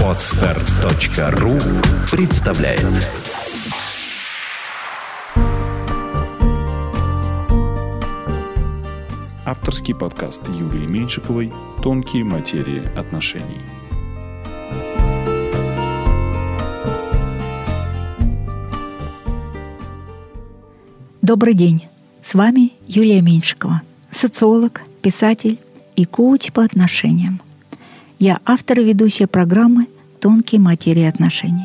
Podster.ru представляет. Авторский подкаст Юлии Меньшиковой «Тонкие материи отношений». Добрый день! С вами Юлия Меньшикова, социолог, писатель и коуч по отношениям. Я автор и ведущая программы «Тонкие материи отношений».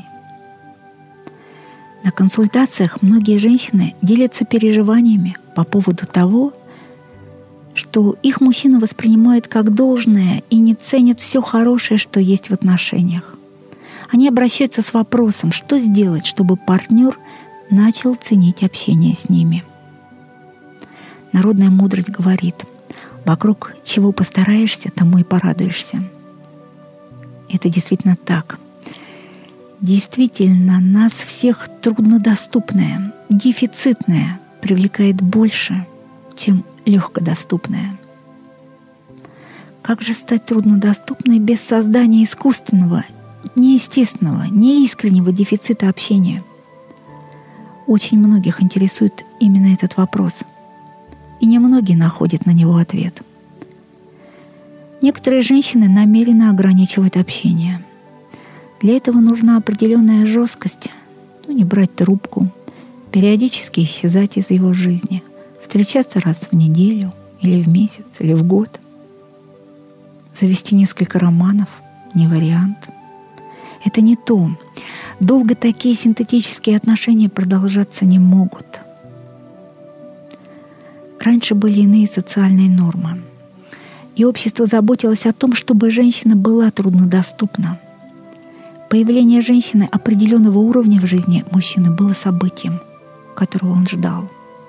На консультациях многие женщины делятся переживаниями по поводу того, что их мужчины воспринимают как должное и не ценят все хорошее, что есть в отношениях. Они обращаются с вопросом, что сделать, чтобы партнер начал ценить общение с ними. Народная мудрость говорит: вокруг чего постараешься, тому и порадуешься. Это действительно так. Действительно, нас всех труднодоступное, дефицитное привлекает больше, чем легкодоступное. Как же стать труднодоступной без создания искусственного, неестественного, неискреннего дефицита общения? Очень многих интересует именно этот вопрос, и немногие находят на него ответ. Некоторые женщины намеренно ограничивают общение. Для этого нужна определенная жесткость, не брать трубку, периодически исчезать из его жизни, встречаться раз в неделю или в месяц, или в год. Завести несколько романов — не вариант. Это не то. Долго такие синтетические отношения продолжаться не могут. Раньше были иные социальные нормы, и общество заботилось о том, чтобы женщина была труднодоступна. Появление женщины определенного уровня в жизни мужчины было событием, которого он ждал.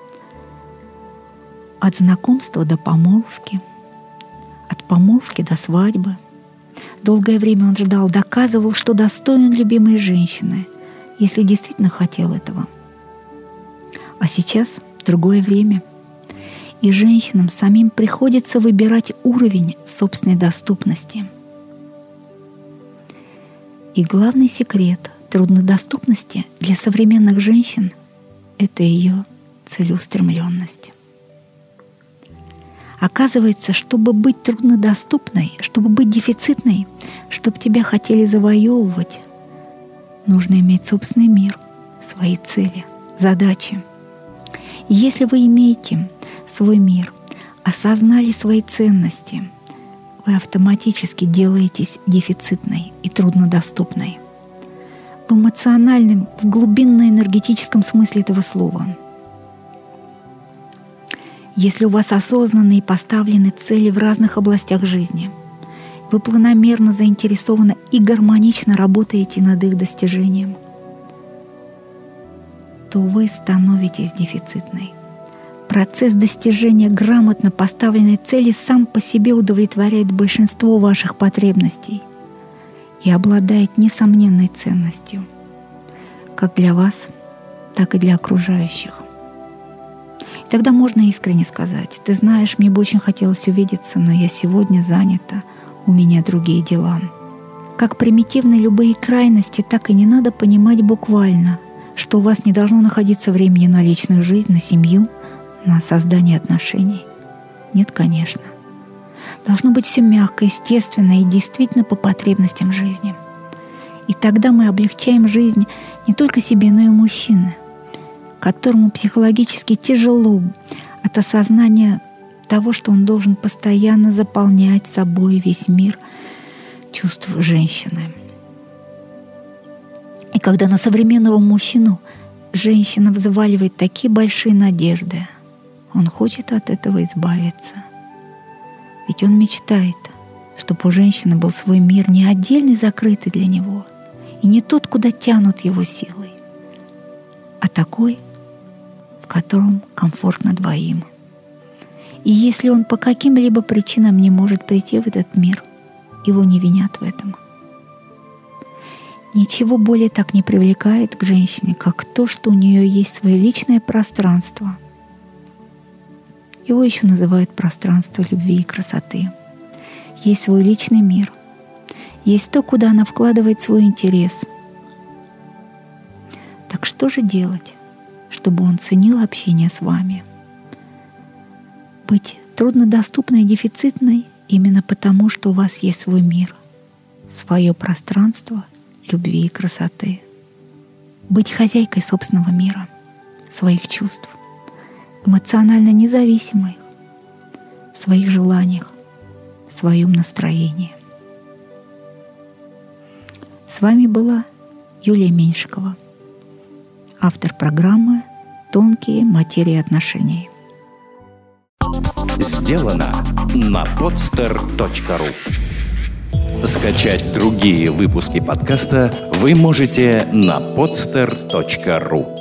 От знакомства до помолвки, от помолвки до свадьбы. Долгое время он ждал, доказывал, что достоин любимой женщины, если действительно хотел этого. А сейчас другое время, и женщинам самим приходится выбирать уровень собственной доступности. И главный секрет труднодоступности для современных женщин — это ее целеустремленность. Оказывается, чтобы быть труднодоступной, чтобы быть дефицитной, чтобы тебя хотели завоевывать, нужно иметь собственный мир, свои цели, задачи. И если вы имеете свой мир, осознали свои ценности, вы автоматически делаетесь дефицитной и труднодоступной. В эмоциональном, в глубинно-энергетическом смысле этого слова. Если у вас осознанные и поставлены цели в разных областях жизни, вы планомерно заинтересованы и гармонично работаете над их достижением, то вы становитесь дефицитной. Процесс достижения грамотно поставленной цели сам по себе удовлетворяет большинство ваших потребностей и обладает несомненной ценностью, как для вас, так и для окружающих. И тогда можно искренне сказать: ты знаешь, мне бы очень хотелось увидеться, но я сегодня занята, у меня другие дела. Как примитивны любые крайности, так и не надо понимать буквально, что у вас не должно находиться времени на личную жизнь, на семью, на создание отношений. Нет, конечно. Должно быть все мягко, естественно и действительно по потребностям жизни. И тогда мы облегчаем жизнь не только себе, но и мужчине, которому психологически тяжело от осознания того, что он должен постоянно заполнять собой весь мир чувств женщины. И когда на современного мужчину женщина взваливает такие большие надежды, он хочет от этого избавиться. Ведь он мечтает, чтобы у женщины был свой мир, не отдельный, закрытый для него, и не тот, куда тянут его силой, а такой, в котором комфортно двоим. И если он по каким-либо причинам не может прийти в этот мир, его не винят в этом. Ничего более так не привлекает к женщине, как то, что у нее есть свое личное пространство. Его еще называют пространство любви и красоты. Есть свой личный мир, есть то, куда она вкладывает свой интерес. Так что же делать, чтобы он ценил общение с вами? Быть труднодоступной и дефицитной именно потому, что у вас есть свой мир, свое пространство любви и красоты. Быть хозяйкой собственного мира, своих чувств, эмоционально независимой, своих желаниях, своем настроении. С вами была Юлия Меньшикова, автор программы «Тонкие материи отношений». Сделано на podster.ru. Скачать другие выпуски подкаста вы можете на podster.ru.